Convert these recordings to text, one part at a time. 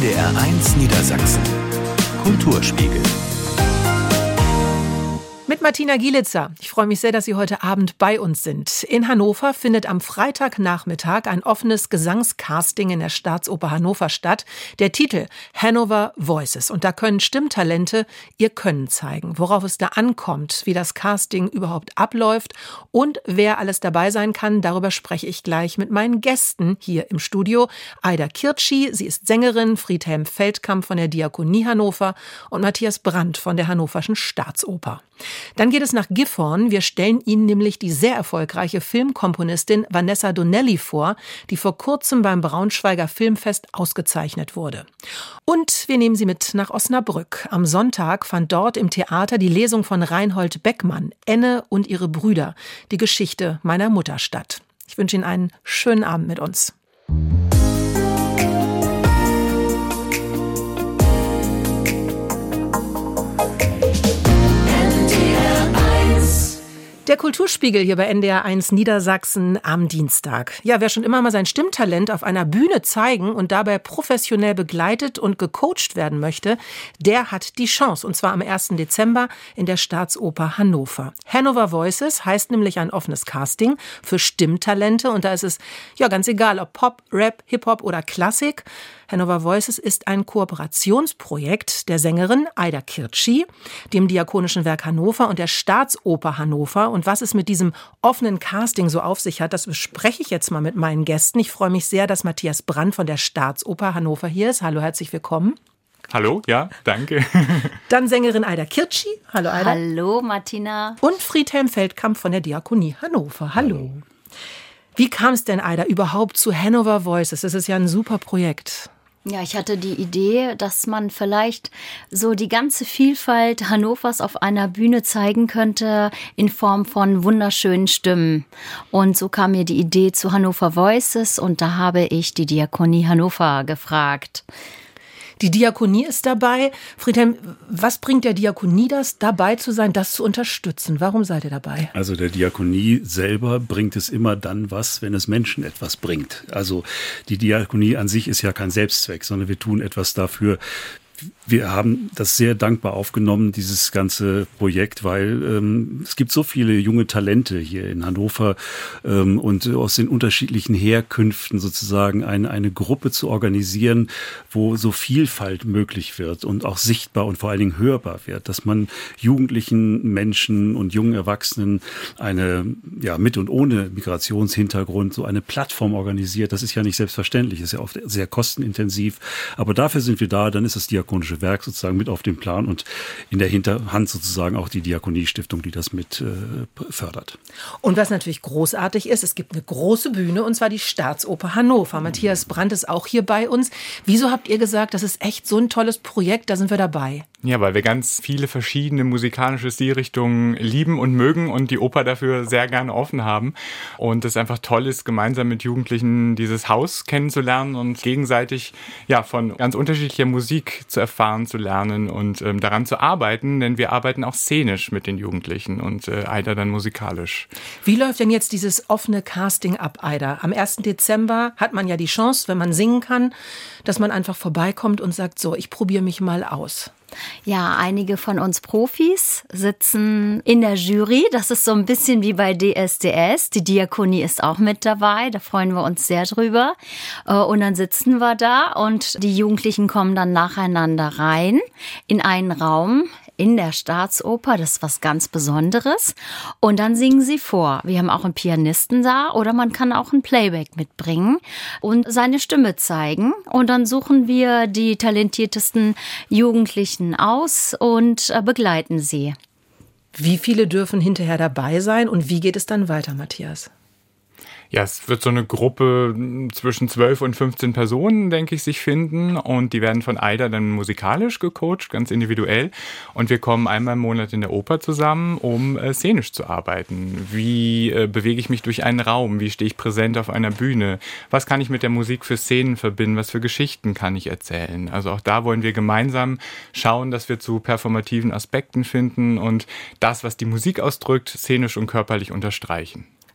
NDR1 Niedersachsen. Kulturspiegel. Mit Martina Gielitzer. Ich freue mich sehr, dass Sie heute Abend bei uns sind. In Hannover findet am Freitagnachmittag ein offenes Gesangscasting in der Staatsoper Hannover statt. Der Titel Hanover Voices. Und da können Stimmtalente ihr Können zeigen. Worauf es da ankommt, wie das Casting überhaupt abläuft und wer alles dabei sein kann, darüber spreche ich gleich mit meinen Gästen hier im Studio. Aida Kirtschi, sie ist Sängerin, Friedhelm Feldkamp von der Diakonie Hannover und Matthias Brandt von der Hannoverschen Staatsoper. Dann geht es nach Gifhorn. Wir stellen Ihnen nämlich die sehr erfolgreiche Filmkomponistin Vanessa Donnelly vor, die vor kurzem beim Braunschweiger Filmfest ausgezeichnet wurde. Und wir nehmen Sie mit nach Osnabrück. Am Sonntag fand dort im Theater die Lesung von Reinhold Beckmann, Enne und ihre Brüder, die Geschichte meiner Mutter statt. Ich wünsche Ihnen einen schönen Abend mit uns. Der Kulturspiegel hier bei NDR1 Niedersachsen am Dienstag. Ja, wer schon immer mal sein Stimmtalent auf einer Bühne zeigen und dabei professionell begleitet und gecoacht werden möchte, der hat die Chance. Und zwar am 1. Dezember in der Staatsoper Hannover. Hanover Voices heißt nämlich ein offenes Casting für Stimmtalente. Und da ist es ja ganz egal, ob Pop, Rap, Hip-Hop oder Klassik. Hanover Voices ist ein Kooperationsprojekt der Sängerin Aida Kirtschi, dem Diakonischen Werk Hannover und der Staatsoper Hannover. Und was es mit diesem offenen Casting so auf sich hat, das bespreche ich jetzt mal mit meinen Gästen. Ich freue mich sehr, dass Matthias Brandt von der Staatsoper Hannover hier ist. Hallo, herzlich willkommen. Hallo, ja, danke. Dann Sängerin Aida Kirtschi. Hallo, Aida. Hallo, Martina. Und Friedhelm Feldkamp von der Diakonie Hannover. Hallo. Wie kam es denn, Aida, überhaupt zu Hanover Voices? Das ist ja ein super Projekt. Ja, ich hatte die Idee, dass man vielleicht so die ganze Vielfalt Hannovers auf einer Bühne zeigen könnte in Form von wunderschönen Stimmen. Und so kam mir die Idee zu Hanover Voices und da habe ich die Diakonie Hannover gefragt. Die Diakonie ist dabei. Friedhelm, was bringt der Diakonie das, dabei zu sein, das zu unterstützen? Warum seid ihr dabei? Also der Diakonie selber bringt es immer dann was, wenn es Menschen etwas bringt. Also die Diakonie an sich ist ja kein Selbstzweck, sondern wir tun etwas dafür. Wir haben das sehr dankbar aufgenommen, dieses ganze Projekt, weil es gibt so viele junge Talente hier in Hannover und aus den unterschiedlichen Herkünften sozusagen eine Gruppe zu organisieren, wo so Vielfalt möglich wird und auch sichtbar und vor allen Dingen hörbar wird, dass man jugendlichen Menschen und jungen Erwachsenen eine, ja, mit und ohne Migrationshintergrund so eine Plattform organisiert. Das ist ja nicht selbstverständlich, ist ja oft sehr kostenintensiv, aber dafür sind wir da, dann ist das Diakonische Werk sozusagen mit auf dem Plan und in der Hinterhand sozusagen auch die Diakoniestiftung, die das mit fördert. Und was natürlich großartig ist, es gibt eine große Bühne und zwar die Staatsoper Hannover. Matthias Brandt ist auch hier bei uns. Wieso habt ihr gesagt, das ist echt so ein tolles Projekt, da sind wir dabei? Ja, weil wir ganz viele verschiedene musikalische Stilrichtungen lieben und mögen und die Oper dafür sehr gerne offen haben. Und es einfach toll ist, gemeinsam mit Jugendlichen dieses Haus kennenzulernen und gegenseitig ja von ganz unterschiedlicher Musik zu erfahren, zu lernen und daran zu arbeiten, denn wir arbeiten auch szenisch mit den Jugendlichen und Aida dann musikalisch. Wie läuft denn jetzt dieses offene Casting ab, Aida? Am 1. Dezember hat man ja die Chance, wenn man singen kann, dass man einfach vorbeikommt und sagt, so, ich probiere mich mal aus. Ja, einige von uns Profis sitzen in der Jury. Das ist so ein bisschen wie bei DSDS. Die Diakonie ist auch mit dabei. Da freuen wir uns sehr drüber. Und dann sitzen wir da und die Jugendlichen kommen dann nacheinander rein in einen Raum in der Staatsoper. Das ist was ganz Besonderes. Und dann singen sie vor. Wir haben auch einen Pianisten da oder man kann auch ein Playback mitbringen und seine Stimme zeigen. Und dann suchen wir die talentiertesten Jugendlichen aus und begleiten sie. Wie viele dürfen hinterher dabei sein und wie geht es dann weiter, Matthias? Ja, es wird so eine Gruppe zwischen 12 und 15 Personen, denke ich, sich finden. Und die werden von Aida dann musikalisch gecoacht, ganz individuell. Und wir kommen einmal im Monat in der Oper zusammen, um szenisch zu arbeiten. Wie bewege ich mich durch einen Raum? Wie stehe ich präsent auf einer Bühne? Was kann ich mit der Musik für Szenen verbinden? Was für Geschichten kann ich erzählen? Also auch da wollen wir gemeinsam schauen, dass wir zu performativen Aspekten finden und das, was die Musik ausdrückt, szenisch und körperlich unterstreichen.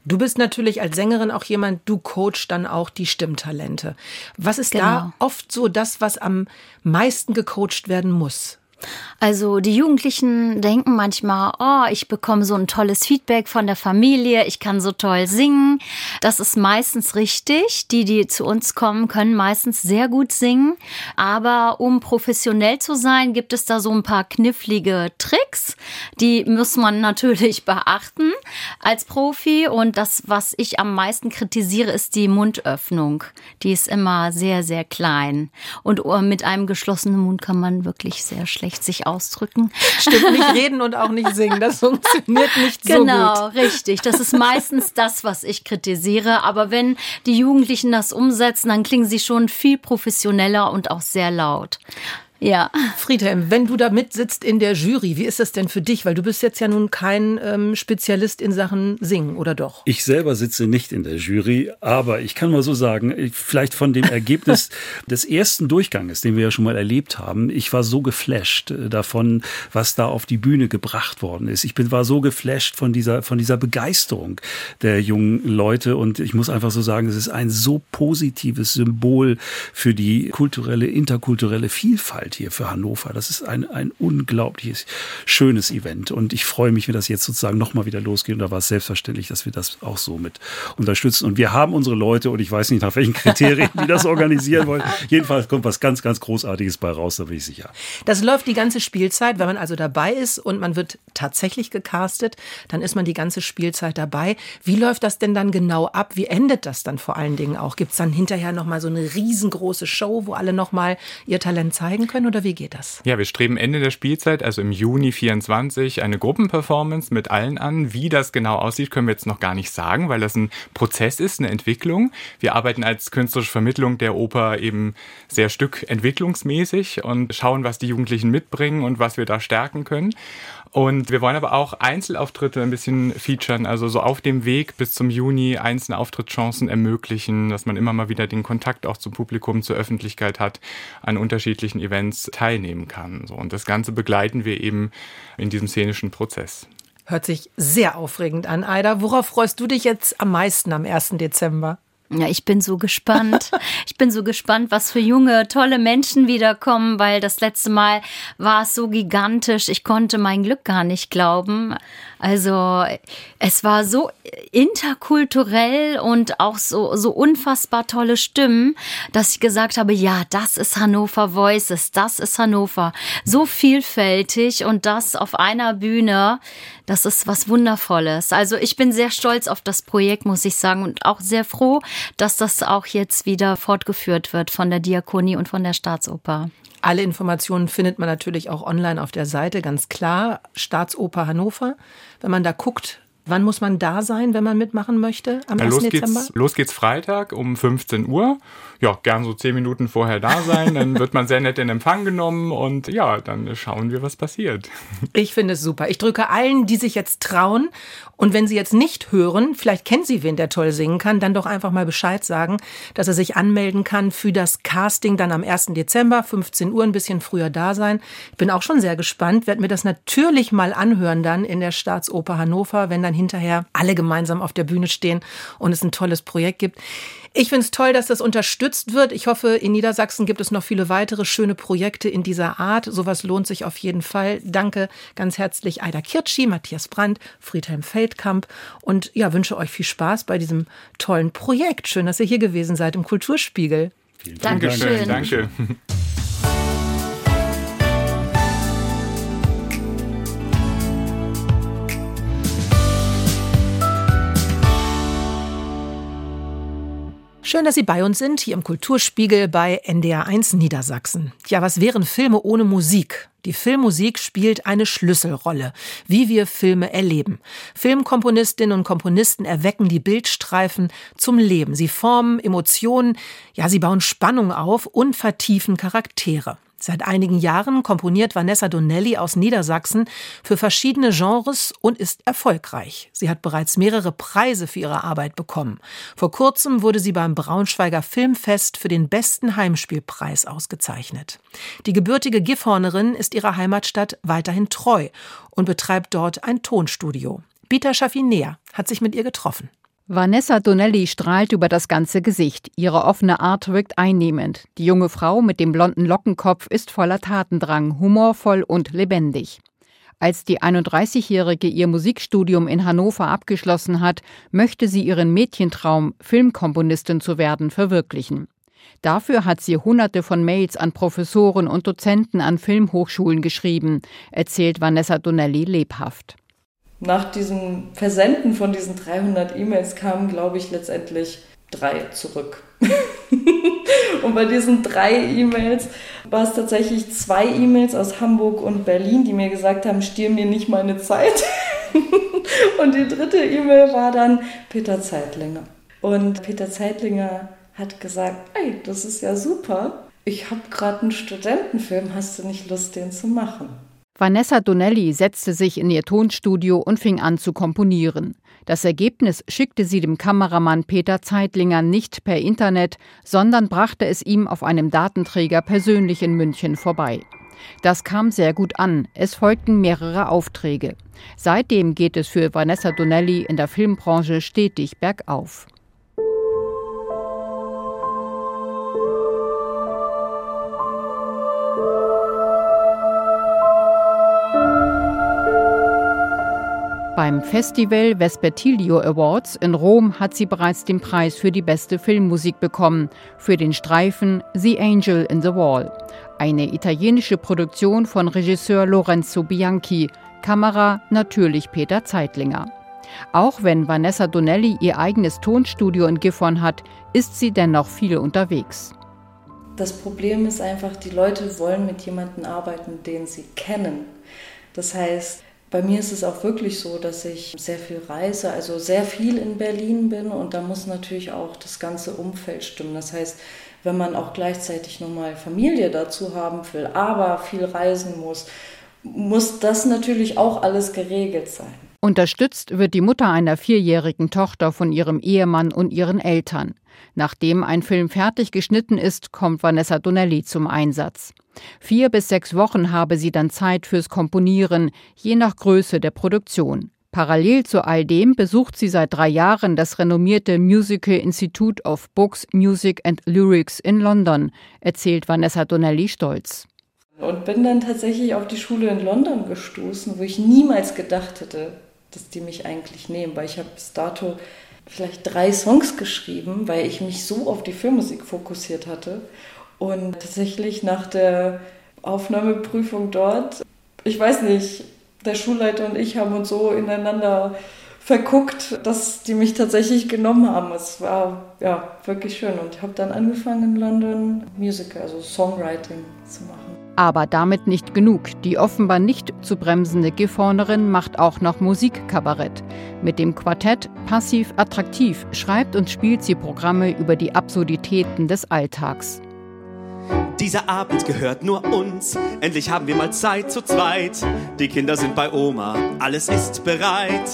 Du bist natürlich als Sängerin auch jemand, du coachst dann auch die Stimmtalente. Was ist da oft so das, was am meisten gecoacht werden muss? Also die Jugendlichen denken manchmal, oh, ich bekomme so ein tolles Feedback von der Familie, ich kann so toll singen. Das ist meistens richtig. Die zu uns kommen, können meistens sehr gut singen. Aber um professionell zu sein, gibt es da so ein paar knifflige Tricks. Die muss man natürlich beachten als Profi. Und das, was ich am meisten kritisiere, ist die Mundöffnung. Die ist immer sehr, sehr klein. Und mit einem geschlossenen Mund kann man wirklich sehr schlecht sich ausdrücken. Stimmt, nicht reden und auch nicht singen, das funktioniert nicht so gut. Genau, richtig. Das ist meistens das, was ich kritisiere. Aber wenn die Jugendlichen das umsetzen, dann klingen sie schon viel professioneller und auch sehr laut. Ja. Friedhelm, wenn du da mitsitzt in der Jury, wie ist das denn für dich? Weil du bist jetzt ja nun kein Spezialist in Sachen Singen, oder doch? Ich selber sitze nicht in der Jury, aber ich kann mal so sagen, vielleicht von dem Ergebnis des ersten Durchganges, den wir ja schon mal erlebt haben, ich war so geflasht davon, was da auf die Bühne gebracht worden ist. War so geflasht von dieser Begeisterung der jungen Leute und ich muss einfach so sagen, es ist ein so positives Symbol für die interkulturelle Vielfalt hier für Hannover. Das ist ein unglaubliches, schönes Event. Und ich freue mich, wenn das jetzt sozusagen nochmal wieder losgeht. Und da war es selbstverständlich, dass wir das auch so mit unterstützen. Und wir haben unsere Leute und ich weiß nicht, nach welchen Kriterien die das organisieren wollen. Jedenfalls kommt was ganz, ganz Großartiges bei raus, da bin ich sicher. Das läuft die ganze Spielzeit. Wenn man also dabei ist und man wird tatsächlich gecastet, dann ist man die ganze Spielzeit dabei. Wie läuft das denn dann genau ab? Wie endet das dann vor allen Dingen auch? Gibt es dann hinterher nochmal so eine riesengroße Show, wo alle nochmal ihr Talent zeigen können? Oder wie geht das? Ja, wir streben Ende der Spielzeit, also im Juni 24, eine Gruppenperformance mit allen an. Wie das genau aussieht, können wir jetzt noch gar nicht sagen, weil das ein Prozess ist, eine Entwicklung. Wir arbeiten als künstlerische Vermittlung der Oper eben sehr stückentwicklungsmäßig und schauen, was die Jugendlichen mitbringen und was wir da stärken können. Und wir wollen aber auch Einzelauftritte ein bisschen featuren, also so auf dem Weg bis zum Juni einzelne Auftrittschancen ermöglichen, dass man immer mal wieder den Kontakt auch zum Publikum, zur Öffentlichkeit hat, an unterschiedlichen Events teilnehmen kann. So, und das Ganze begleiten wir eben in diesem szenischen Prozess. Hört sich sehr aufregend an, Aida. Worauf freust du dich jetzt am meisten am 1. Dezember? Ja, ich bin so gespannt. Ich bin so gespannt, was für junge, tolle Menschen wiederkommen, weil das letzte Mal war es so gigantisch. Ich konnte mein Glück gar nicht glauben. Also es war so interkulturell und auch so unfassbar tolle Stimmen, dass ich gesagt habe, ja, das ist Hannover Voices, das ist Hannover. So vielfältig und das auf einer Bühne, das ist was Wundervolles. Also ich bin sehr stolz auf das Projekt, muss ich sagen, und auch sehr froh, dass das auch jetzt wieder fortgeführt wird von der Diakonie und von der Staatsoper. Alle Informationen findet man natürlich auch online auf der Seite, ganz klar, Staatsoper Hannover. Wenn man da guckt, wann muss man da sein, wenn man mitmachen möchte am 1. Dezember? Los geht's Freitag um 15 Uhr. Ja, gern so 10 Minuten vorher da sein, dann wird man sehr nett in Empfang genommen und ja, dann schauen wir, was passiert. Ich finde es super. Ich drücke allen, die sich jetzt trauen und wenn sie jetzt nicht hören, vielleicht kennen sie wen, der toll singen kann, dann doch einfach mal Bescheid sagen, dass er sich anmelden kann für das Casting dann am 1. Dezember, 15 Uhr, ein bisschen früher da sein. Ich bin auch schon sehr gespannt, werde mir das natürlich mal anhören dann in der Staatsoper Hannover, wenn dann hinterher alle gemeinsam auf der Bühne stehen und es ein tolles Projekt gibt. Ich finde es toll, dass das unterstützt wird. Ich hoffe, in Niedersachsen gibt es noch viele weitere schöne Projekte in dieser Art. Sowas lohnt sich auf jeden Fall. Danke ganz herzlich Aida Kirtschi, Matthias Brandt, Friedhelm Feldkamp und ja, wünsche euch viel Spaß bei diesem tollen Projekt. Schön, dass ihr hier gewesen seid im Kulturspiegel. Vielen Dank. Dankeschön. Danke. Schön, dass Sie bei uns sind, hier im Kulturspiegel bei NDR1 Niedersachsen. Ja, was wären Filme ohne Musik? Die Filmmusik spielt eine Schlüsselrolle, wie wir Filme erleben. Filmkomponistinnen und Komponisten erwecken die Bildstreifen zum Leben. Sie formen Emotionen, ja, sie bauen Spannung auf und vertiefen Charaktere. Seit einigen Jahren komponiert Vanessa Donnelly aus Niedersachsen für verschiedene Genres und ist erfolgreich. Sie hat bereits mehrere Preise für ihre Arbeit bekommen. Vor kurzem wurde sie beim Braunschweiger Filmfest für den besten Heimspielpreis ausgezeichnet. Die gebürtige Gifhornerin ist ihrer Heimatstadt weiterhin treu und betreibt dort ein Tonstudio. Bita Schaffi-Neher hat sich mit ihr getroffen. Vanessa Donnelly strahlt über das ganze Gesicht. Ihre offene Art wirkt einnehmend. Die junge Frau mit dem blonden Lockenkopf ist voller Tatendrang, humorvoll und lebendig. Als die 31-Jährige ihr Musikstudium in Hannover abgeschlossen hat, möchte sie ihren Mädchentraum, Filmkomponistin zu werden, verwirklichen. Dafür hat sie Hunderte von Mails an Professoren und Dozenten an Filmhochschulen geschrieben, erzählt Vanessa Donnelly lebhaft. Nach diesem Versenden von diesen 300 E-Mails kamen, glaube ich, letztendlich 3 zurück. Und bei diesen 3 E-Mails war es tatsächlich 2 E-Mails aus Hamburg und Berlin, die mir gesagt haben, stier mir nicht meine Zeit. Und die 3. E-Mail war dann Peter Zeitlinger. Und Peter Zeitlinger hat gesagt, ey, das ist ja super. Ich habe gerade einen Studentenfilm, hast du nicht Lust, den zu machen? Vanessa Donnelly setzte sich in ihr Tonstudio und fing an zu komponieren. Das Ergebnis schickte sie dem Kameramann Peter Zeitlinger nicht per Internet, sondern brachte es ihm auf einem Datenträger persönlich in München vorbei. Das kam sehr gut an. Es folgten mehrere Aufträge. Seitdem geht es für Vanessa Donnelly in der Filmbranche stetig bergauf. Beim Festival Vespertilio Awards in Rom hat sie bereits den Preis für die beste Filmmusik bekommen, für den Streifen The Angel in the Wall. Eine italienische Produktion von Regisseur Lorenzo Bianchi, Kamera natürlich Peter Zeitlinger. Auch wenn Vanessa Donnelly ihr eigenes Tonstudio in Gifhorn hat, ist sie dennoch viel unterwegs. Das Problem ist einfach, die Leute wollen mit jemandem arbeiten, den sie kennen. Das heißt, bei mir ist es auch wirklich so, dass ich sehr viel reise, also sehr viel in Berlin bin und da muss natürlich auch das ganze Umfeld stimmen. Das heißt, wenn man auch gleichzeitig nochmal Familie dazu haben will, aber viel reisen muss das natürlich auch alles geregelt sein. Unterstützt wird die Mutter einer 4-jährigen Tochter von ihrem Ehemann und ihren Eltern. Nachdem ein Film fertig geschnitten ist, kommt Vanessa Donnelly zum Einsatz. 4 bis 6 Wochen habe sie dann Zeit fürs Komponieren, je nach Größe der Produktion. Parallel zu all dem besucht sie seit 3 Jahren das renommierte Musical Institute of Books, Music and Lyrics in London, erzählt Vanessa Donnelly stolz. Und bin dann tatsächlich auf die Schule in London gestoßen, wo ich niemals gedacht hätte, dass die mich eigentlich nehmen, weil ich habe bis dato vielleicht 3 Songs geschrieben, weil ich mich so auf die Filmmusik fokussiert hatte. Und tatsächlich nach der Aufnahmeprüfung dort, ich weiß nicht, der Schulleiter und ich haben uns so ineinander verguckt, dass die mich tatsächlich genommen haben. Es war ja wirklich schön und ich habe dann angefangen in London Musical, also Songwriting zu machen. Aber damit nicht genug. Die offenbar nicht zu bremsende Gifhornerin macht auch noch Musikkabarett. Mit dem Quartett Passiv Attraktiv schreibt und spielt sie Programme über die Absurditäten des Alltags. Dieser Abend gehört nur uns, endlich haben wir mal Zeit zu zweit. Die Kinder sind bei Oma, alles ist bereit.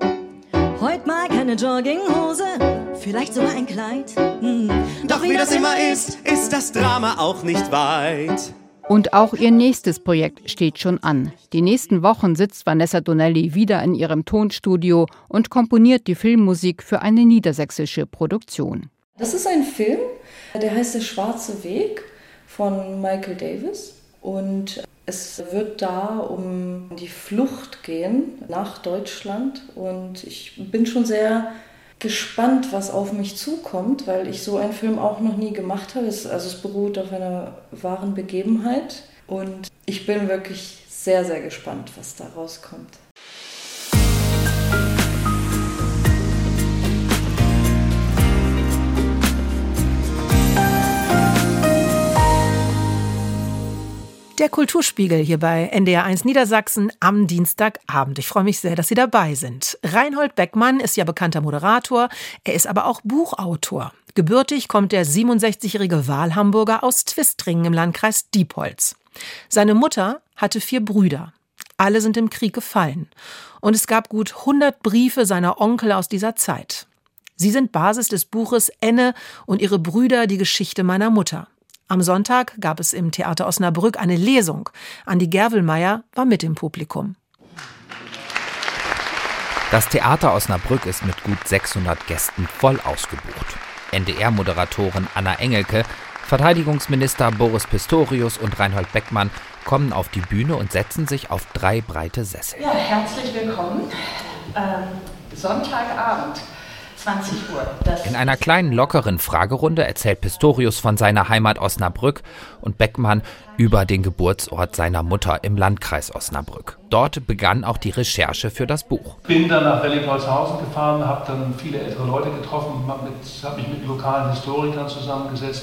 Heute mal keine Jogginghose, vielleicht sogar ein Kleid. Doch wie das immer ist das Drama auch nicht weit. Und auch ihr nächstes Projekt steht schon an. Die nächsten Wochen sitzt Vanessa Donnelly wieder in ihrem Tonstudio und komponiert die Filmmusik für eine niedersächsische Produktion. Das ist ein Film, der heißt Der schwarze Weg von Michael Davis. Und es wird da um die Flucht gehen nach Deutschland. Und ich bin schon sehr gespannt, was auf mich zukommt, weil ich so einen Film auch noch nie gemacht habe. Es beruht auf einer wahren Begebenheit. Und ich bin wirklich sehr, sehr gespannt, was da rauskommt. Der Kulturspiegel hier bei NDR1 Niedersachsen am Dienstagabend. Ich freue mich sehr, dass Sie dabei sind. Reinhold Beckmann ist ja bekannter Moderator, er ist aber auch Buchautor. Gebürtig kommt der 67-jährige Wahlhamburger aus Twistringen im Landkreis Diepholz. Seine Mutter hatte 4 Brüder. Alle sind im Krieg gefallen. Und es gab gut 100 Briefe seiner Onkel aus dieser Zeit. Sie sind Basis des Buches Enne und ihre Brüder, die Geschichte meiner Mutter. Am Sonntag gab es im Theater Osnabrück eine Lesung. Andi Gerwelmeier war mit im Publikum. Das Theater Osnabrück ist mit gut 600 Gästen voll ausgebucht. NDR-Moderatorin Anna Engelke, Verteidigungsminister Boris Pistorius und Reinhold Beckmann kommen auf die Bühne und setzen sich auf 3 breite Sessel. Ja, herzlich willkommen. Sonntagabend, 20 Uhr. In einer kleinen, lockeren Fragerunde erzählt Pistorius von seiner Heimat Osnabrück und Beckmann über den Geburtsort seiner Mutter im Landkreis Osnabrück. Dort begann auch die Recherche für das Buch. Bin dann nach Recklinghausen gefahren, habe dann viele ältere Leute getroffen, habe mich mit lokalen Historikern zusammengesetzt.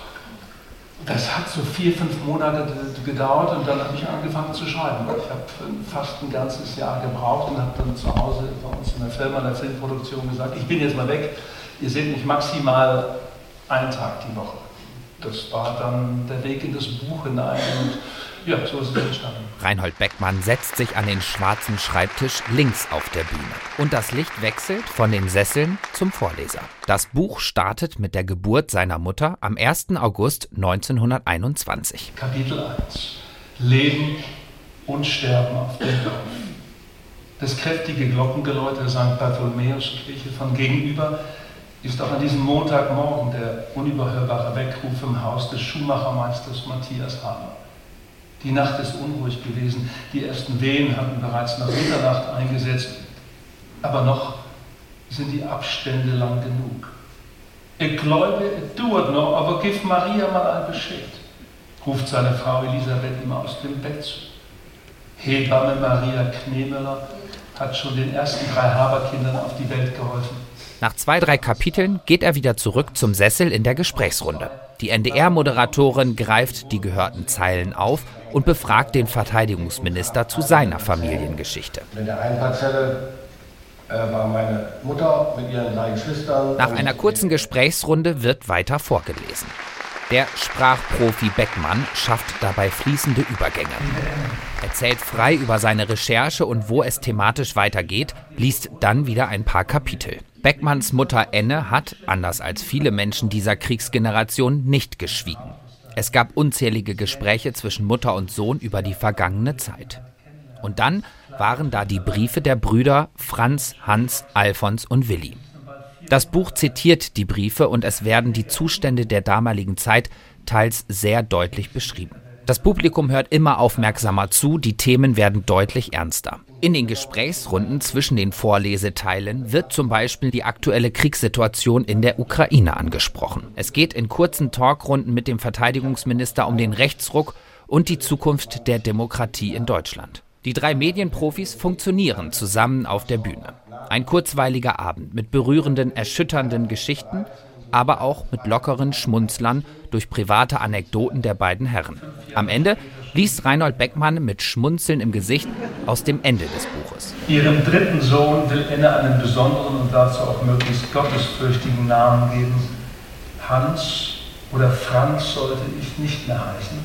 Das hat so 4-5 Monate gedauert und dann habe ich angefangen zu schreiben. Ich habe fast ein ganzes Jahr gebraucht und habe dann zu Hause bei uns in der Firma, in der Filmproduktion gesagt, ich bin jetzt mal weg, ihr seht mich maximal einen Tag die Woche. Das war dann der Weg in das Buch hinein und ja, so ist es entstanden. Reinhold Beckmann setzt sich an den schwarzen Schreibtisch links auf der Bühne. Und das Licht wechselt von den Sesseln zum Vorleser. Das Buch startet mit der Geburt seiner Mutter am 1. August 1921. Kapitel 1. Leben und Sterben auf dem Dorf. Das kräftige Glockengeläut der St. Bartholomäuskirche von gegenüber ist auch an diesem Montagmorgen der unüberhörbare Weckruf im Haus des Schuhmachermeisters Matthias Hamer. Die Nacht ist unruhig gewesen, die ersten Wehen hatten bereits nach Mitternacht eingesetzt, aber noch sind die Abstände lang genug. Ich glaube, es dauert noch, aber gib Maria mal ein Bescheid, ruft seine Frau Elisabeth ihm aus dem Bett zu. Hebamme Maria Knemeler hat schon den ersten 3 Haberkindern auf die Welt geholfen. Nach 2-3 Kapiteln geht er wieder zurück zum Sessel in der Gesprächsrunde. Die NDR-Moderatorin greift die gehörten Zeilen auf und befragt den Verteidigungsminister zu seiner Familiengeschichte. In der einen Parzelle war meine Mutter mit ihren 3 Geschwistern. Nach einer kurzen Gesprächsrunde wird weiter vorgelesen. Der Sprachprofi Beckmann schafft dabei fließende Übergänge. Erzählt frei über seine Recherche und wo es thematisch weitergeht, liest dann wieder ein paar Kapitel. Beckmanns Mutter Enne hat, anders als viele Menschen dieser Kriegsgeneration, nicht geschwiegen. Es gab unzählige Gespräche zwischen Mutter und Sohn über die vergangene Zeit. Und dann waren da die Briefe der Brüder Franz, Hans, Alfons und Willi. Das Buch zitiert die Briefe und es werden die Zustände der damaligen Zeit teils sehr deutlich beschrieben. Das Publikum hört immer aufmerksamer zu, die Themen werden deutlich ernster. In den Gesprächsrunden zwischen den Vorleseteilen wird zum Beispiel die aktuelle Kriegssituation in der Ukraine angesprochen. Es geht in kurzen Talkrunden mit dem Verteidigungsminister um den Rechtsruck und die Zukunft der Demokratie in Deutschland. Die 3 Medienprofis funktionieren zusammen auf der Bühne. Ein kurzweiliger Abend mit berührenden, erschütternden Geschichten, aber auch mit lockeren Schmunzlern durch private Anekdoten der beiden Herren. Am Ende liest Reinhold Beckmann mit Schmunzeln im Gesicht aus dem Ende des Buches. Ihrem 3. Sohn will Enne einen besonderen und dazu auch möglichst gottesfürchtigen Namen geben. Hans oder Franz sollte ich nicht mehr heißen.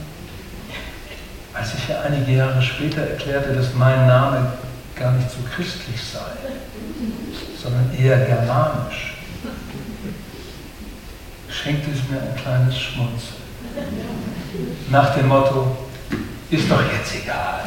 Als ich ihr einige Jahre später erklärte, dass mein Name gar nicht so christlich sei, sondern eher germanisch, schenkte es mir ein kleines Schmunzeln. Nach dem Motto, ist doch jetzt egal.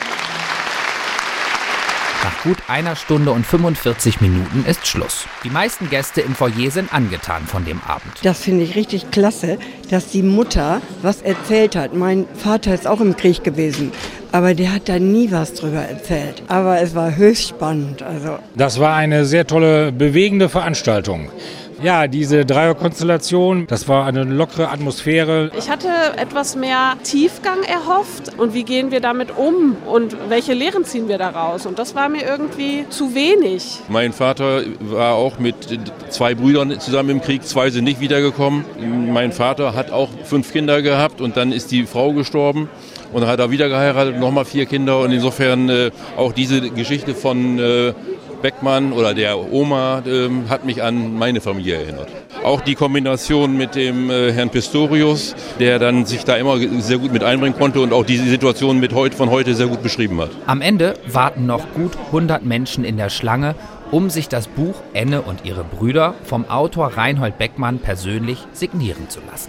Nach gut 1 Stunde und 45 Minuten ist Schluss. Die meisten Gäste im Foyer sind angetan von dem Abend. Das finde ich richtig klasse, dass die Mutter was erzählt hat. Mein Vater ist auch im Krieg gewesen, aber der hat da nie was drüber erzählt. Aber es war höchst spannend. Das war eine sehr tolle, bewegende Veranstaltung. Ja, diese Dreierkonstellation, das war eine lockere Atmosphäre. Ich hatte etwas mehr Tiefgang erhofft und wie gehen wir damit um und welche Lehren ziehen wir daraus? Und das war mir irgendwie zu wenig. Mein Vater war auch mit 2 Brüdern zusammen im Krieg, 2 sind nicht wiedergekommen. Mein Vater hat auch 5 Kinder gehabt und dann ist die Frau gestorben. Und dann hat er wieder geheiratet, nochmal 4 Kinder und insofern auch diese Geschichte von Beckmann oder der Oma hat mich an meine Familie erinnert. Auch die Kombination mit dem Herrn Pistorius, der dann sich da immer sehr gut mit einbringen konnte und auch diese Situation von heute sehr gut beschrieben hat. Am Ende warten noch gut 100 Menschen in der Schlange, um sich das Buch Enne und ihre Brüder vom Autor Reinhold Beckmann persönlich signieren zu lassen.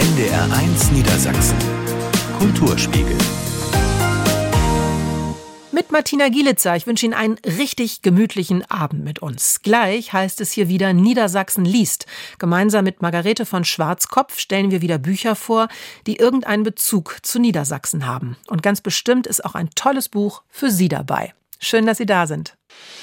NDR 1 Niedersachsen. Kulturspiegel. Mit Martina Gielitzer. Ich wünsche Ihnen einen richtig gemütlichen Abend mit uns. Gleich heißt es hier wieder Niedersachsen liest. Gemeinsam mit Margarete von Schwarzkopf stellen wir wieder Bücher vor, die irgendeinen Bezug zu Niedersachsen haben. Und ganz bestimmt ist auch ein tolles Buch für Sie dabei. Schön, dass Sie da sind.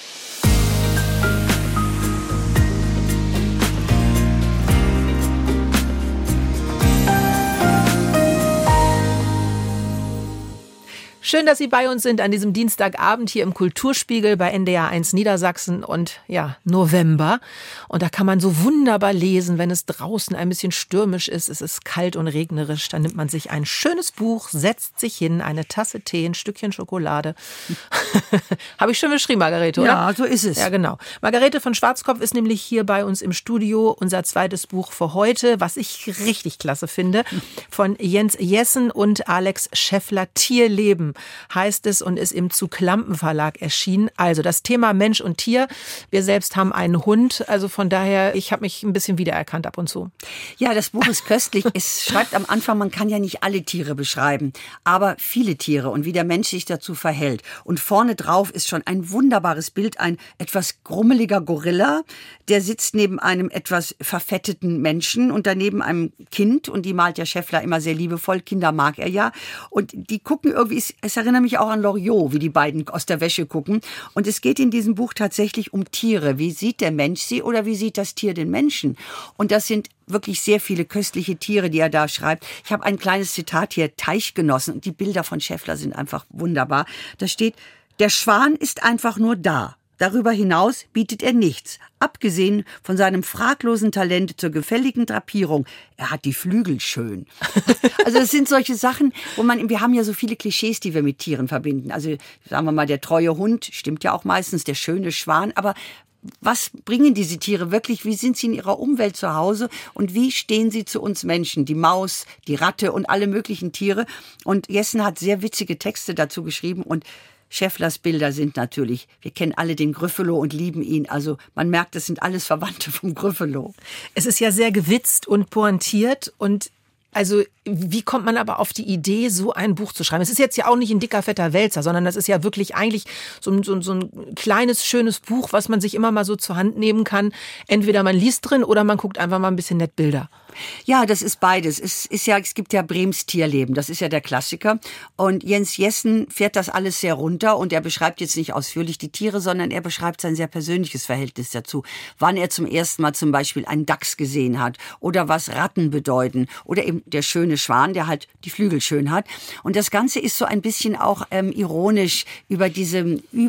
Schön, dass Sie bei uns sind an diesem Dienstagabend hier im Kulturspiegel bei NDR 1 Niedersachsen und ja, November. Und da kann man so wunderbar lesen, wenn es draußen ein bisschen stürmisch ist, es ist kalt und regnerisch, dann nimmt man sich ein schönes Buch, setzt sich hin, eine Tasse Tee, ein Stückchen Schokolade. Habe ich schon beschrieben, Margarete, oder? Ja, so ist es. Ja, genau. Margarete von Schwarzkopf ist nämlich hier bei uns im Studio, unser zweites Buch für heute, was ich richtig klasse finde, von Jens Jessen und Alex Scheffler, Tierleben heißt es und ist im Zu-Klampen Verlag erschienen. Also das Thema Mensch und Tier. Wir selbst haben einen Hund, also von daher, ich habe mich ein bisschen wiedererkannt ab und zu. Ja, das Buch ist köstlich. Es schreibt am Anfang, man kann ja nicht alle Tiere beschreiben, aber viele Tiere und wie der Mensch sich dazu verhält. Und vorne drauf ist schon ein wunderbares Bild, ein etwas grummeliger Gorilla, der sitzt neben einem etwas verfetteten Menschen und daneben einem Kind, und die malt ja Scheffler immer sehr liebevoll, Kinder mag er ja, und die gucken irgendwie, es erinnert mich auch an Loriot, wie die beiden aus der Wäsche gucken. Und es geht in diesem Buch tatsächlich um Tiere. Wie sieht der Mensch sie oder wie sieht das Tier den Menschen? Und das sind wirklich sehr viele köstliche Tiere, die er da schreibt. Ich habe ein kleines Zitat hier, Teichgenossen. Und die Bilder von Scheffler sind einfach wunderbar. Da steht, der Schwan ist einfach nur da. Darüber hinaus bietet er nichts, abgesehen von seinem fraglosen Talent zur gefälligen Drapierung. Er hat die Flügel schön. Also es sind solche Sachen, wir haben ja so viele Klischees, die wir mit Tieren verbinden. Also sagen wir mal, der treue Hund, stimmt ja auch meistens, der schöne Schwan, aber was bringen diese Tiere wirklich? Wie sind sie in ihrer Umwelt zu Hause? Und wie stehen sie zu uns Menschen? Die Maus, die Ratte und alle möglichen Tiere. Und Jessen hat sehr witzige Texte dazu geschrieben und Schefflers Bilder sind natürlich, wir kennen alle den Gryffalo und lieben ihn. Also man merkt, das sind alles Verwandte vom Gryffalo. Es ist ja sehr gewitzt und pointiert und also wie kommt man aber auf die Idee, so ein Buch zu schreiben? Es ist jetzt ja auch nicht ein dicker, fetter Wälzer, sondern das ist ja wirklich eigentlich so ein kleines, schönes Buch, was man sich immer mal so zur Hand nehmen kann. Entweder man liest drin oder man guckt einfach mal ein bisschen nett Bilder. Ja, das ist beides. Es gibt ja Brems Tierleben, das ist ja der Klassiker. Und Jens Jessen fährt das alles sehr runter und er beschreibt jetzt nicht ausführlich die Tiere, sondern er beschreibt sein sehr persönliches Verhältnis dazu. Wann er zum ersten Mal zum Beispiel einen Dachs gesehen hat oder was Ratten bedeuten oder eben der schöne Schwan, der halt die Flügel schön hat. Und das Ganze ist so ein bisschen auch ironisch über diese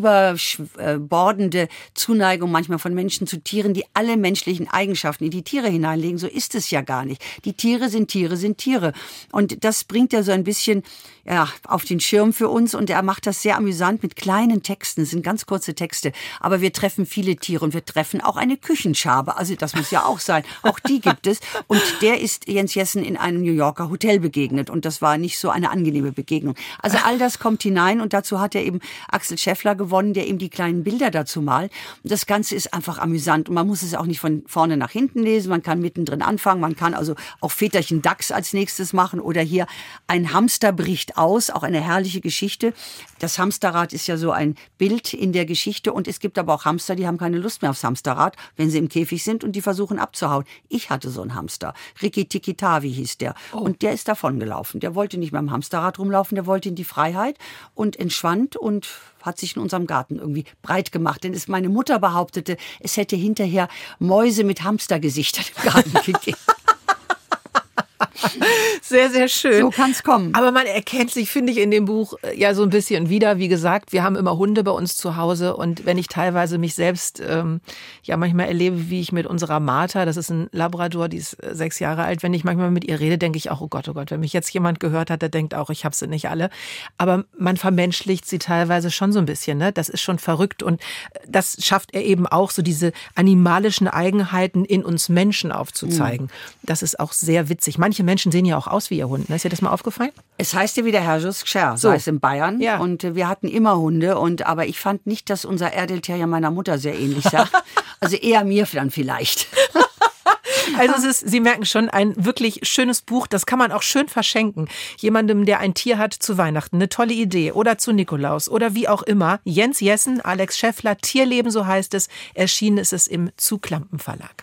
überbordende Zuneigung manchmal von Menschen zu Tieren, die alle menschlichen Eigenschaften in die Tiere hineinlegen. So ist es ja gar nicht. Die Tiere sind Tiere sind Tiere. Und das bringt er so ein bisschen auf den Schirm für uns und er macht das sehr amüsant mit kleinen Texten. Es sind ganz kurze Texte. Aber wir treffen viele Tiere und wir treffen auch eine Küchenschabe. Also das muss ja auch sein. Auch die gibt es. Und der ist Jens Jessen in einem New Yorker Hotel begegnet. Und das war nicht so eine angenehme Begegnung. Also all das kommt hinein und dazu hat er eben Axel Scheffler gewonnen, der eben die kleinen Bilder dazu malt. Und das Ganze ist einfach amüsant. Und man muss es auch nicht von vorne nach hinten lesen. Man kann mittendrin anfangen. Man kann also auch Väterchen Dachs als nächstes machen. Oder hier ein Hamster bricht aus. Auch eine herrliche Geschichte. Das Hamsterrad ist ja so ein Bild in der Geschichte. Und es gibt aber auch Hamster, die haben keine Lust mehr aufs Hamsterrad, wenn sie im Käfig sind und die versuchen abzuhauen. Ich hatte so einen Hamster. Rikki Tikki Tavi hieß der. Oh. Und der ist davongelaufen. Der wollte nicht mehr am Hamsterrad rumlaufen, der wollte in die Freiheit und entschwand und hat sich in unserem Garten irgendwie breit gemacht. Denn meine Mutter behauptete, es hätte hinterher Mäuse mit Hamstergesichtern im Garten gegeben. Sehr, sehr schön. So kann's kommen. Aber man erkennt sich, finde ich, in dem Buch ja so ein bisschen wieder. Wie gesagt, wir haben immer Hunde bei uns zu Hause und wenn ich teilweise mich selbst manchmal erlebe, wie ich mit unserer Martha, das ist ein Labrador, die ist 6 Jahre alt, wenn ich manchmal mit ihr rede, denke ich auch, oh Gott, wenn mich jetzt jemand gehört hat, der denkt auch, ich habe sie nicht alle. Aber man vermenschlicht sie teilweise schon so ein bisschen, ne? Das ist schon verrückt und das schafft er eben auch, so diese animalischen Eigenheiten in uns Menschen aufzuzeigen. Das ist auch sehr witzig. Manche Menschen sehen ja auch aus wie ihr Hund. Ne? Ist dir das mal aufgefallen? Es heißt ja wieder Herrschers Gscher, so heißt es in Bayern. Ja. Und wir hatten immer Hunde. Aber ich fand nicht, dass unser Erdelterrier meiner Mutter sehr ähnlich sah. Also eher mir dann vielleicht. Also es ist, Sie merken schon, ein wirklich schönes Buch. Das kann man auch schön verschenken. Jemandem, der ein Tier hat, zu Weihnachten. Eine tolle Idee. Oder zu Nikolaus. Oder wie auch immer. Jens Jessen, Alex Scheffler, Tierleben, so heißt es. Erschienen ist es im Zuglampen Verlag.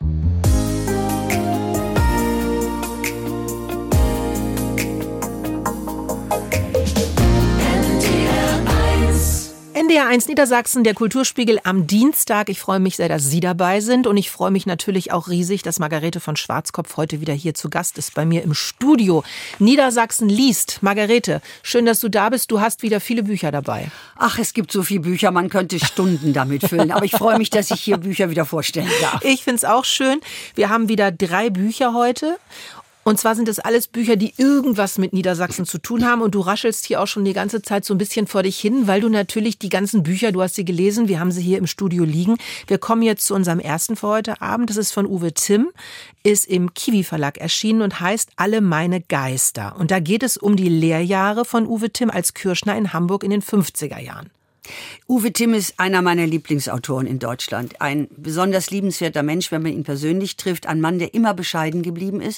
NDR 1 Niedersachsen, der Kulturspiegel am Dienstag. Ich freue mich sehr, dass Sie dabei sind. Und ich freue mich natürlich auch riesig, dass Margarete von Schwarzkopf heute wieder hier zu Gast ist bei mir im Studio. Niedersachsen liest. Margarete, schön, dass du da bist. Du hast wieder viele Bücher dabei. Ach, es gibt so viele Bücher, man könnte Stunden damit füllen. Aber ich freue mich, dass ich hier Bücher wieder vorstellen darf. Ich finde es auch schön. Wir haben wieder 3 Bücher heute. Und zwar sind das alles Bücher, die irgendwas mit Niedersachsen zu tun haben. Und du raschelst hier auch schon die ganze Zeit so ein bisschen vor dich hin, weil du natürlich die ganzen Bücher, du hast sie gelesen, wir haben sie hier im Studio liegen. Wir kommen jetzt zu unserem ersten für heute Abend. Das ist von Uwe Timm, ist im Kiwi Verlag erschienen und heißt Alle meine Geister. Und da geht es um die Lehrjahre von Uwe Timm als Kürschner in Hamburg in den 50er Jahren. Uwe Timm ist einer meiner Lieblingsautoren in Deutschland. Ein besonders liebenswerter Mensch, wenn man ihn persönlich trifft. Ein Mann, der immer bescheiden geblieben ist.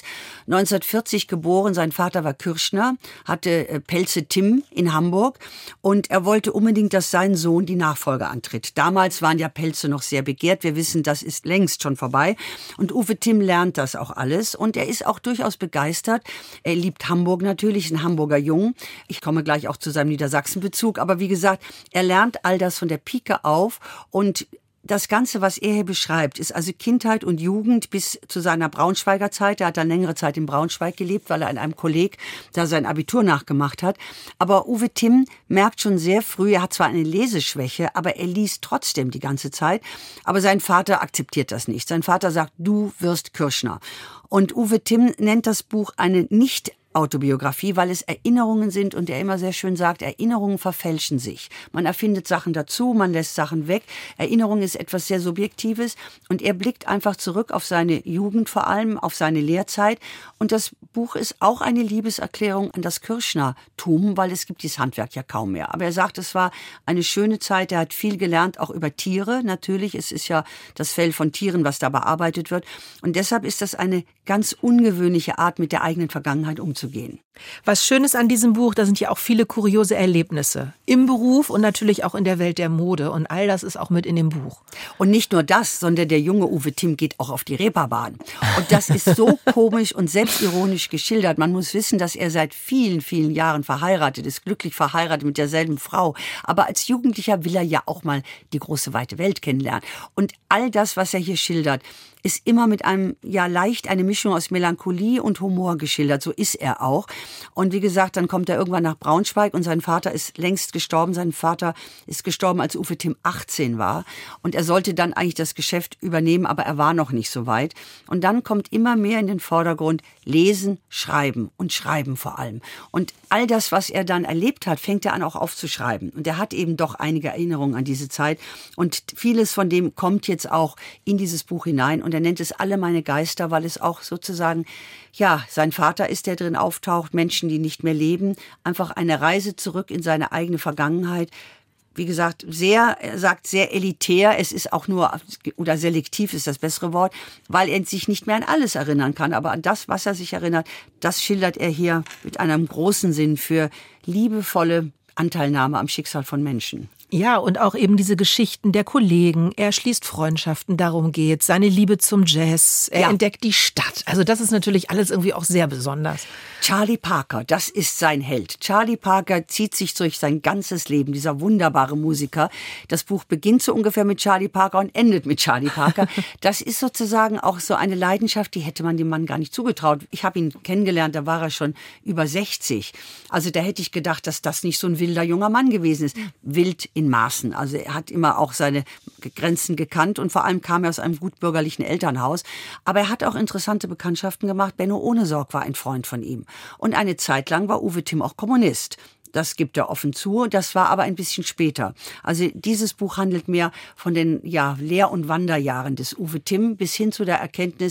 1940 geboren, sein Vater war Kürschner, hatte Pelze Timm in Hamburg. Und er wollte unbedingt, dass sein Sohn die Nachfolge antritt. Damals waren ja Pelze noch sehr begehrt. Wir wissen, das ist längst schon vorbei. Und Uwe Timm lernt das auch alles. Und er ist auch durchaus begeistert. Er liebt Hamburg natürlich, ein Hamburger Jung. Ich komme gleich auch zu seinem Niedersachsen-Bezug. Aber wie gesagt, er lernt all das von der Pike auf und das Ganze, was er hier beschreibt, ist also Kindheit und Jugend bis zu seiner Braunschweiger Zeit. Er hat dann längere Zeit in Braunschweig gelebt, weil er in einem Kolleg da sein Abitur nachgemacht hat. Aber Uwe Timm merkt schon sehr früh, er hat zwar eine Leseschwäche, aber er liest trotzdem die ganze Zeit. Aber sein Vater akzeptiert das nicht. Sein Vater sagt, du wirst Kürschner. Und Uwe Timm nennt das Buch eine Nicht-Autobiografie, weil es Erinnerungen sind und er immer sehr schön sagt, Erinnerungen verfälschen sich. Man erfindet Sachen dazu, man lässt Sachen weg. Erinnerung ist etwas sehr Subjektives und er blickt einfach zurück auf seine Jugend vor allem, auf seine Lehrzeit. Und das Buch ist auch eine Liebeserklärung an das Kürschnertum, weil es gibt dieses Handwerk ja kaum mehr. Aber er sagt, es war eine schöne Zeit, er hat viel gelernt, auch über Tiere natürlich. Es ist ja das Fell von Tieren, was da bearbeitet wird. Und deshalb ist das eine ganz ungewöhnliche Art, mit der eigenen Vergangenheit umzugehen. Was schön ist an diesem Buch, da sind ja auch viele kuriose Erlebnisse. Im Beruf und natürlich auch in der Welt der Mode. Und all das ist auch mit in dem Buch. Und nicht nur das, sondern der junge Uwe Timm geht auch auf die Reeperbahn. Und das ist so komisch und selbstironisch geschildert. Man muss wissen, dass er seit vielen, vielen Jahren verheiratet ist, glücklich verheiratet mit derselben Frau. Aber als Jugendlicher will er ja auch mal die große, weite Welt kennenlernen. Und all das, was er hier schildert, ist immer mit einem, ja, leicht eine Mischung aus Melancholie und Humor geschildert. So ist er auch. Und wie gesagt, dann kommt er irgendwann nach Braunschweig und sein Vater ist längst gestorben. Sein Vater ist gestorben, als Uwe Timm 18 war. Und er sollte dann eigentlich das Geschäft übernehmen, aber er war noch nicht so weit. Und dann kommt immer mehr in den Vordergrund Lesen, Schreiben und Schreiben vor allem. Und all das, was er dann erlebt hat, fängt er an auch aufzuschreiben. Und er hat eben doch einige Erinnerungen an diese Zeit. Und vieles von dem kommt jetzt auch in dieses Buch hinein. Und er nennt es Alle meine Geister, weil es auch sozusagen, ja, sein Vater ist, der drin auftaucht, Menschen, die nicht mehr leben, einfach eine Reise zurück in seine eigene Vergangenheit. Wie gesagt, er sagt sehr elitär, es ist auch nur, oder selektiv ist das bessere Wort, weil er sich nicht mehr an alles erinnern kann. Aber an das, was er sich erinnert, das schildert er hier mit einem großen Sinn für liebevolle Anteilnahme am Schicksal von Menschen. Ja, und auch eben diese Geschichten der Kollegen. Er schließt Freundschaften, darum geht's. Seine Liebe zum Jazz. Er entdeckt die Stadt. Also das ist natürlich alles irgendwie auch sehr besonders. Charlie Parker, das ist sein Held. Charlie Parker zieht sich durch sein ganzes Leben, dieser wunderbare Musiker. Das Buch beginnt so ungefähr mit Charlie Parker und endet mit Charlie Parker. Das ist sozusagen auch so eine Leidenschaft, die hätte man dem Mann gar nicht zugetraut. Ich habe ihn kennengelernt, da war er schon über 60. Also da hätte ich gedacht, dass das nicht so ein wilder junger Mann gewesen ist. Wild in Maßen. Also er hat immer auch seine Grenzen gekannt und vor allem kam er aus einem gutbürgerlichen Elternhaus. Aber er hat auch interessante Bekanntschaften gemacht. Benno Ohnesorg war ein Freund von ihm. Und eine Zeit lang war Uwe Timm auch Kommunist. Das gibt er offen zu. Das war aber ein bisschen später. Also dieses Buch handelt mehr von den Lehr- und Wanderjahren des Uwe Timm bis hin zu der Erkenntnis,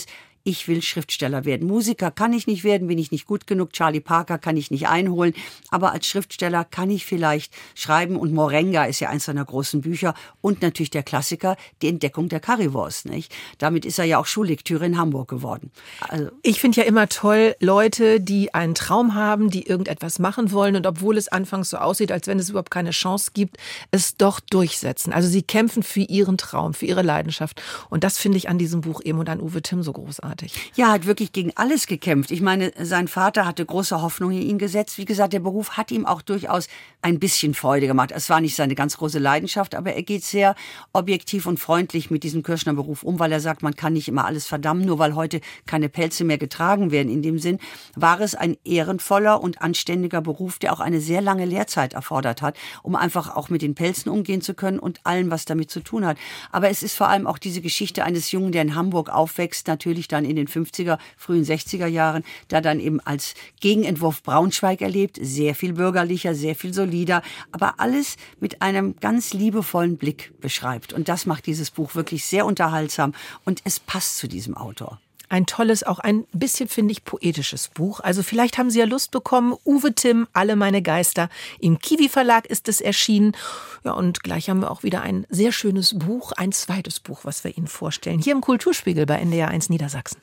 ich will Schriftsteller werden. Musiker kann ich nicht werden, bin ich nicht gut genug. Charlie Parker kann ich nicht einholen. Aber als Schriftsteller kann ich vielleicht schreiben. Und Morenga ist ja eins seiner großen Bücher. Und natürlich der Klassiker, die Entdeckung der Currywurst. Nicht? Damit ist er ja auch Schullektüre in Hamburg geworden. Also ich finde ja immer toll, Leute, die einen Traum haben, die irgendetwas machen wollen und obwohl es anfangs so aussieht, als wenn es überhaupt keine Chance gibt, es doch durchsetzen. Also sie kämpfen für ihren Traum, für ihre Leidenschaft. Und das finde ich an diesem Buch eben und an Uwe Timm so großartig. Ja, hat wirklich gegen alles gekämpft. Ich meine, sein Vater hatte große Hoffnung in ihn gesetzt. Wie gesagt, der Beruf hat ihm auch durchaus ein bisschen Freude gemacht. Es war nicht seine ganz große Leidenschaft, aber er geht sehr objektiv und freundlich mit diesem Kirschner-Beruf um, weil er sagt, man kann nicht immer alles verdammen, nur weil heute keine Pelze mehr getragen werden. In dem Sinn war es ein ehrenvoller und anständiger Beruf, der auch eine sehr lange Lehrzeit erfordert hat, um einfach auch mit den Pelzen umgehen zu können und allem, was damit zu tun hat. Aber es ist vor allem auch diese Geschichte eines Jungen, der in Hamburg aufwächst, natürlich dann in den 50er, frühen 60er Jahren, da dann eben als Gegenentwurf Braunschweig erlebt, sehr viel bürgerlicher, sehr viel solider, aber alles mit einem ganz liebevollen Blick beschreibt. Und das macht dieses Buch wirklich sehr unterhaltsam und es passt zu diesem Autor. Ein tolles, auch ein bisschen, finde ich, poetisches Buch. Also vielleicht haben Sie ja Lust bekommen. Uwe Timm, Alle meine Geister. Im Kiwi Verlag ist es erschienen. Ja, und gleich haben wir auch wieder ein sehr schönes Buch, ein zweites Buch, was wir Ihnen vorstellen. Hier im Kulturspiegel bei NDR 1 Niedersachsen.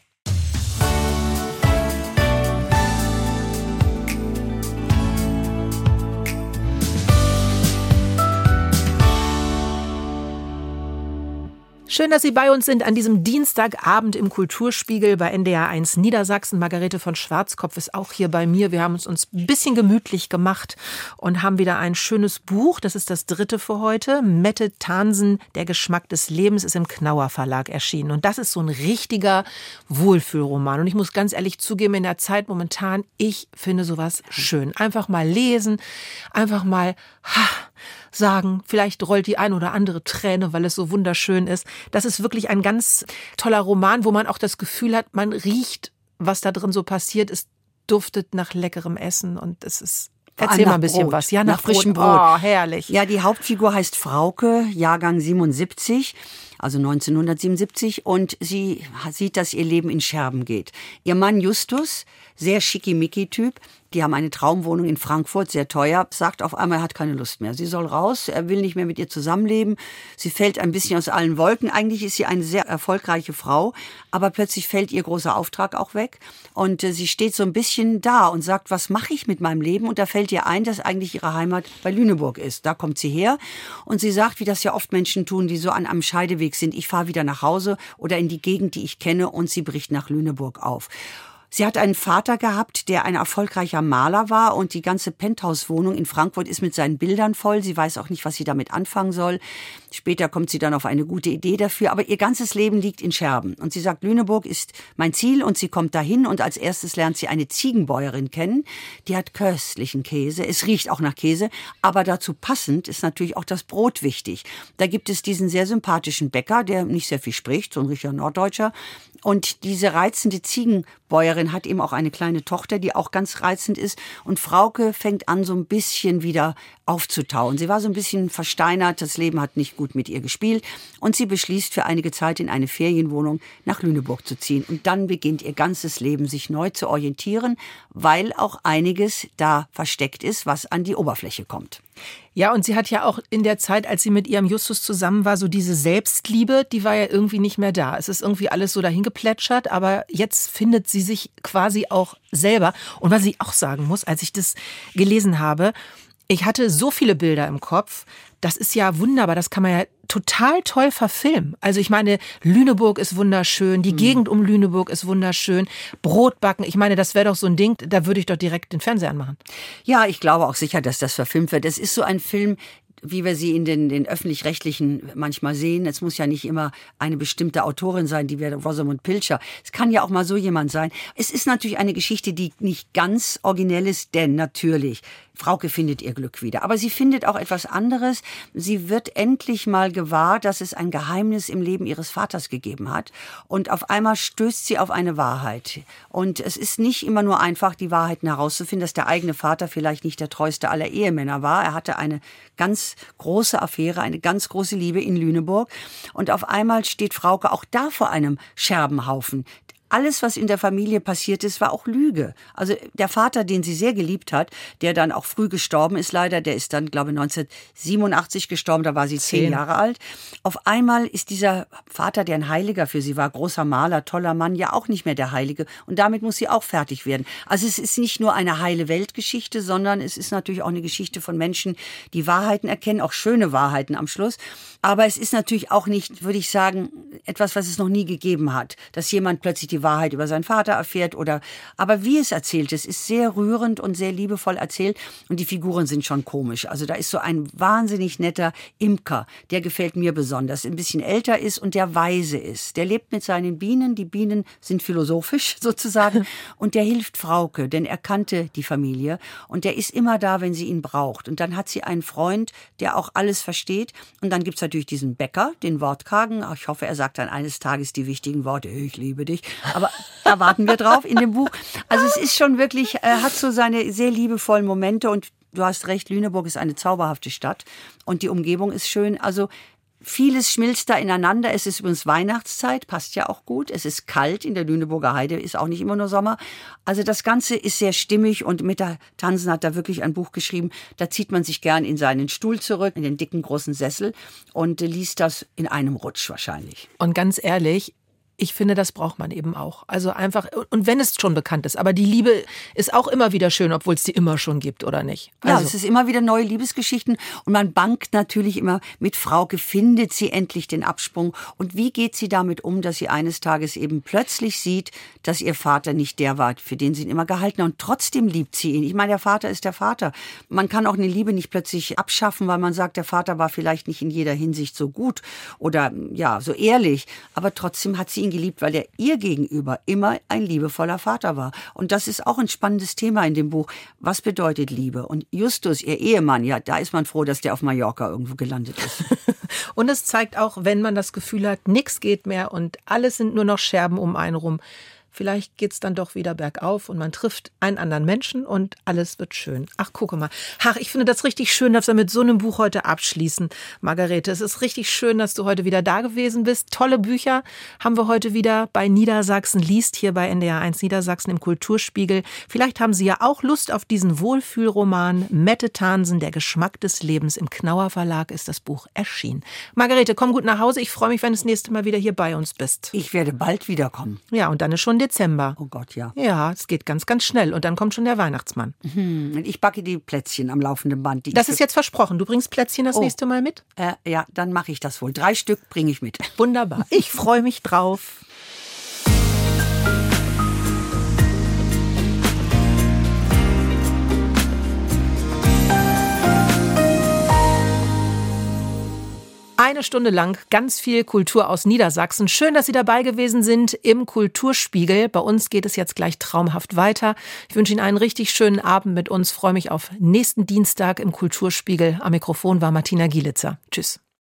Schön, dass Sie bei uns sind an diesem Dienstagabend im Kulturspiegel bei NDR 1 Niedersachsen. Margarete von Schwarzkopf ist auch hier bei mir. Wir haben es uns ein bisschen gemütlich gemacht und haben wieder ein schönes Buch. Das ist das 3. für heute. Mette Tansen, Der Geschmack des Lebens, ist im Knauer Verlag erschienen. Und das ist so ein richtiger Wohlfühlroman. Und ich muss ganz ehrlich zugeben, in der Zeit momentan, ich finde sowas schön. Einfach mal lesen, einfach mal sagen, vielleicht rollt die ein oder andere Träne, weil es so wunderschön ist. Das ist wirklich ein ganz toller Roman, wo man auch das Gefühl hat, man riecht, was da drin so passiert. Es duftet nach leckerem Essen und es ist... Erzähl mal ein bisschen Brot, was. Ja, nach frischem Brot. Oh, herrlich. Ja, die Hauptfigur heißt Frauke, Jahrgang 77, also 1977, und sie sieht, dass ihr Leben in Scherben geht. Ihr Mann Justus, sehr schickimicki-Typ, die haben eine Traumwohnung in Frankfurt, sehr teuer, sagt auf einmal, er hat keine Lust mehr. Sie soll raus, er will nicht mehr mit ihr zusammenleben. Sie fällt ein bisschen aus allen Wolken. Eigentlich ist sie eine sehr erfolgreiche Frau, aber plötzlich fällt ihr großer Auftrag auch weg. Und sie steht so ein bisschen da und sagt, was mache ich mit meinem Leben? Und da fällt ihr ein, dass eigentlich ihre Heimat bei Lüneburg ist. Da kommt sie her und sie sagt, wie das ja oft Menschen tun, die so an einem Scheideweg sind, ich fahre wieder nach Hause oder in die Gegend, die ich kenne, und sie bricht nach Lüneburg auf. Sie hat einen Vater gehabt, der ein erfolgreicher Maler war und die ganze Penthouse-Wohnung in Frankfurt ist mit seinen Bildern voll. Sie weiß auch nicht, was sie damit anfangen soll. Später kommt sie dann auf eine gute Idee dafür, aber ihr ganzes Leben liegt in Scherben. Und sie sagt, Lüneburg ist mein Ziel und sie kommt dahin und als erstes lernt sie eine Ziegenbäuerin kennen. Die hat köstlichen Käse, es riecht auch nach Käse, aber dazu passend ist natürlich auch das Brot wichtig. Da gibt es diesen sehr sympathischen Bäcker, der nicht sehr viel spricht, so ein richtiger Norddeutscher. Und diese reizende Ziegenbäuerin hat eben auch eine kleine Tochter, die auch ganz reizend ist. Und Frauke fängt an, so ein bisschen wieder aufzutauen. Sie war so ein bisschen versteinert, das Leben hat nicht gut mit ihr gespielt. Und sie beschließt, für einige Zeit in eine Ferienwohnung nach Lüneburg zu ziehen. Und dann beginnt ihr ganzes Leben, sich neu zu orientieren, weil auch einiges da versteckt ist, was an die Oberfläche kommt. Ja, und sie hat ja auch in der Zeit, als sie mit ihrem Justus zusammen war, so diese Selbstliebe, die war ja irgendwie nicht mehr da. Es ist irgendwie alles so dahin geplätschert, aber jetzt findet sie sich quasi auch selber. Und was ich auch sagen muss, als ich das gelesen habe, ich hatte so viele Bilder im Kopf, das ist ja wunderbar, das kann man ja total toll verfilmen. Also ich meine, Lüneburg ist wunderschön, die Gegend um Lüneburg ist wunderschön, Brotbacken, ich meine, das wäre doch so ein Ding, da würde ich doch direkt den Fernseher anmachen. Ja, ich glaube auch sicher, dass das verfilmt wird. Es ist so ein Film, wie wir sie in den Öffentlich-Rechtlichen manchmal sehen. Es muss ja nicht immer eine bestimmte Autorin sein, die wäre Rosamund Pilcher. Es kann ja auch mal so jemand sein. Es ist natürlich eine Geschichte, die nicht ganz originell ist, denn natürlich, Frauke findet ihr Glück wieder. Aber sie findet auch etwas anderes. Sie wird endlich mal gewahr, dass es ein Geheimnis im Leben ihres Vaters gegeben hat. Und auf einmal stößt sie auf eine Wahrheit. Und es ist nicht immer nur einfach, die Wahrheiten herauszufinden, dass der eigene Vater vielleicht nicht der treueste aller Ehemänner war. Er hatte eine ganz große Affäre, eine ganz große Liebe in Lüneburg. Und auf einmal steht Frauke auch da vor einem Scherbenhaufen. alles, was in der Familie passiert ist, war auch Lüge. Also der Vater, den sie sehr geliebt hat, der dann auch früh gestorben ist leider, der ist dann, glaube ich, 1987 gestorben, da war sie 10 Jahre alt. Auf einmal ist dieser Vater, der ein Heiliger für sie war, großer Maler, toller Mann, ja auch nicht mehr der Heilige. Und damit muss sie auch fertig werden. Also es ist nicht nur eine heile Weltgeschichte, sondern es ist natürlich auch eine Geschichte von Menschen, die Wahrheiten erkennen, auch schöne Wahrheiten am Schluss. Aber es ist natürlich auch nicht, würde ich sagen, etwas, was es noch nie gegeben hat, dass jemand plötzlich die Wahrheit über seinen Vater erfährt aber wie es erzählt ist sehr rührend und sehr liebevoll erzählt und die Figuren sind schon komisch. Also da ist so ein wahnsinnig netter Imker, der gefällt mir besonders, ein bisschen älter ist und der weise ist. Der lebt mit seinen Bienen, die Bienen sind philosophisch sozusagen und der hilft Frauke, denn er kannte die Familie und der ist immer da, wenn sie ihn braucht. Und dann hat sie einen Freund, der auch alles versteht und dann gibt's natürlich diesen Bäcker, den Wortkargen. Ich hoffe, er sagt dann eines Tages die wichtigen Worte, ich liebe dich. Aber da warten wir drauf in dem Buch. Also es ist schon wirklich, hat so seine sehr liebevollen Momente und du hast recht, Lüneburg ist eine zauberhafte Stadt und die Umgebung ist schön. Also vieles schmilzt da ineinander. Es ist übrigens Weihnachtszeit, passt ja auch gut. Es ist kalt, in der Lüneburger Heide ist auch nicht immer nur Sommer. Also das Ganze ist sehr stimmig und Meta Tansen hat da wirklich ein Buch geschrieben. Da zieht man sich gern in seinen Stuhl zurück, in den dicken, großen Sessel und liest das in einem Rutsch wahrscheinlich. Und ganz ehrlich, ich finde, das braucht man eben auch. Also einfach, und wenn es schon bekannt ist, aber die Liebe ist auch immer wieder schön, obwohl es die immer schon gibt, oder nicht? Also. Ja, es ist immer wieder neue Liebesgeschichten und man bangt natürlich immer mit Frauke, findet sie endlich den Absprung und wie geht sie damit um, dass sie eines Tages eben plötzlich sieht, dass ihr Vater nicht der war, für den sie ihn immer gehalten hat und trotzdem liebt sie ihn. Ich meine, der Vater ist der Vater. Man kann auch eine Liebe nicht plötzlich abschaffen, weil man sagt, der Vater war vielleicht nicht in jeder Hinsicht so gut oder ja, so ehrlich, aber trotzdem hat sie ihn geliebt, weil er ihr gegenüber immer ein liebevoller Vater war. Und das ist auch ein spannendes Thema in dem Buch. Was bedeutet Liebe? Und Justus, ihr Ehemann, ja, da ist man froh, dass der auf Mallorca irgendwo gelandet ist. Und es zeigt auch, wenn man das Gefühl hat, nichts geht mehr und alles sind nur noch Scherben um einen rum, vielleicht geht's dann doch wieder bergauf und man trifft einen anderen Menschen und alles wird schön. Ach, gucke mal. Ach, ich finde das richtig schön, dass wir mit so einem Buch heute abschließen. Margarete, es ist richtig schön, dass du heute wieder da gewesen bist. Tolle Bücher haben wir heute wieder bei Niedersachsen liest, hier bei NDR1 Niedersachsen im Kulturspiegel. Vielleicht haben Sie ja auch Lust auf diesen Wohlfühlroman Mette Tansen, Der Geschmack des Lebens. Im Knauer Verlag ist das Buch erschienen. Margarete, komm gut nach Hause. Ich freue mich, wenn du das nächste Mal wieder hier bei uns bist. Ich werde bald wiederkommen. Ja, und dann ist schon Dezember. Oh Gott, ja. Ja, es geht ganz, ganz schnell. Und dann kommt schon der Weihnachtsmann. Und ich backe die Plätzchen am laufenden Band. Das ist jetzt versprochen. Du bringst Plätzchen das nächste Mal mit? Ja, dann mache ich das wohl. 3 Stück bringe ich mit. Wunderbar. Ich freue mich drauf. Eine Stunde lang ganz viel Kultur aus Niedersachsen. Schön, dass Sie dabei gewesen sind im Kulturspiegel. Bei uns geht es jetzt gleich traumhaft weiter. Ich wünsche Ihnen einen richtig schönen Abend mit uns. Freue mich auf nächsten Dienstag im Kulturspiegel. Am Mikrofon war Martina Gielitzer. Tschüss.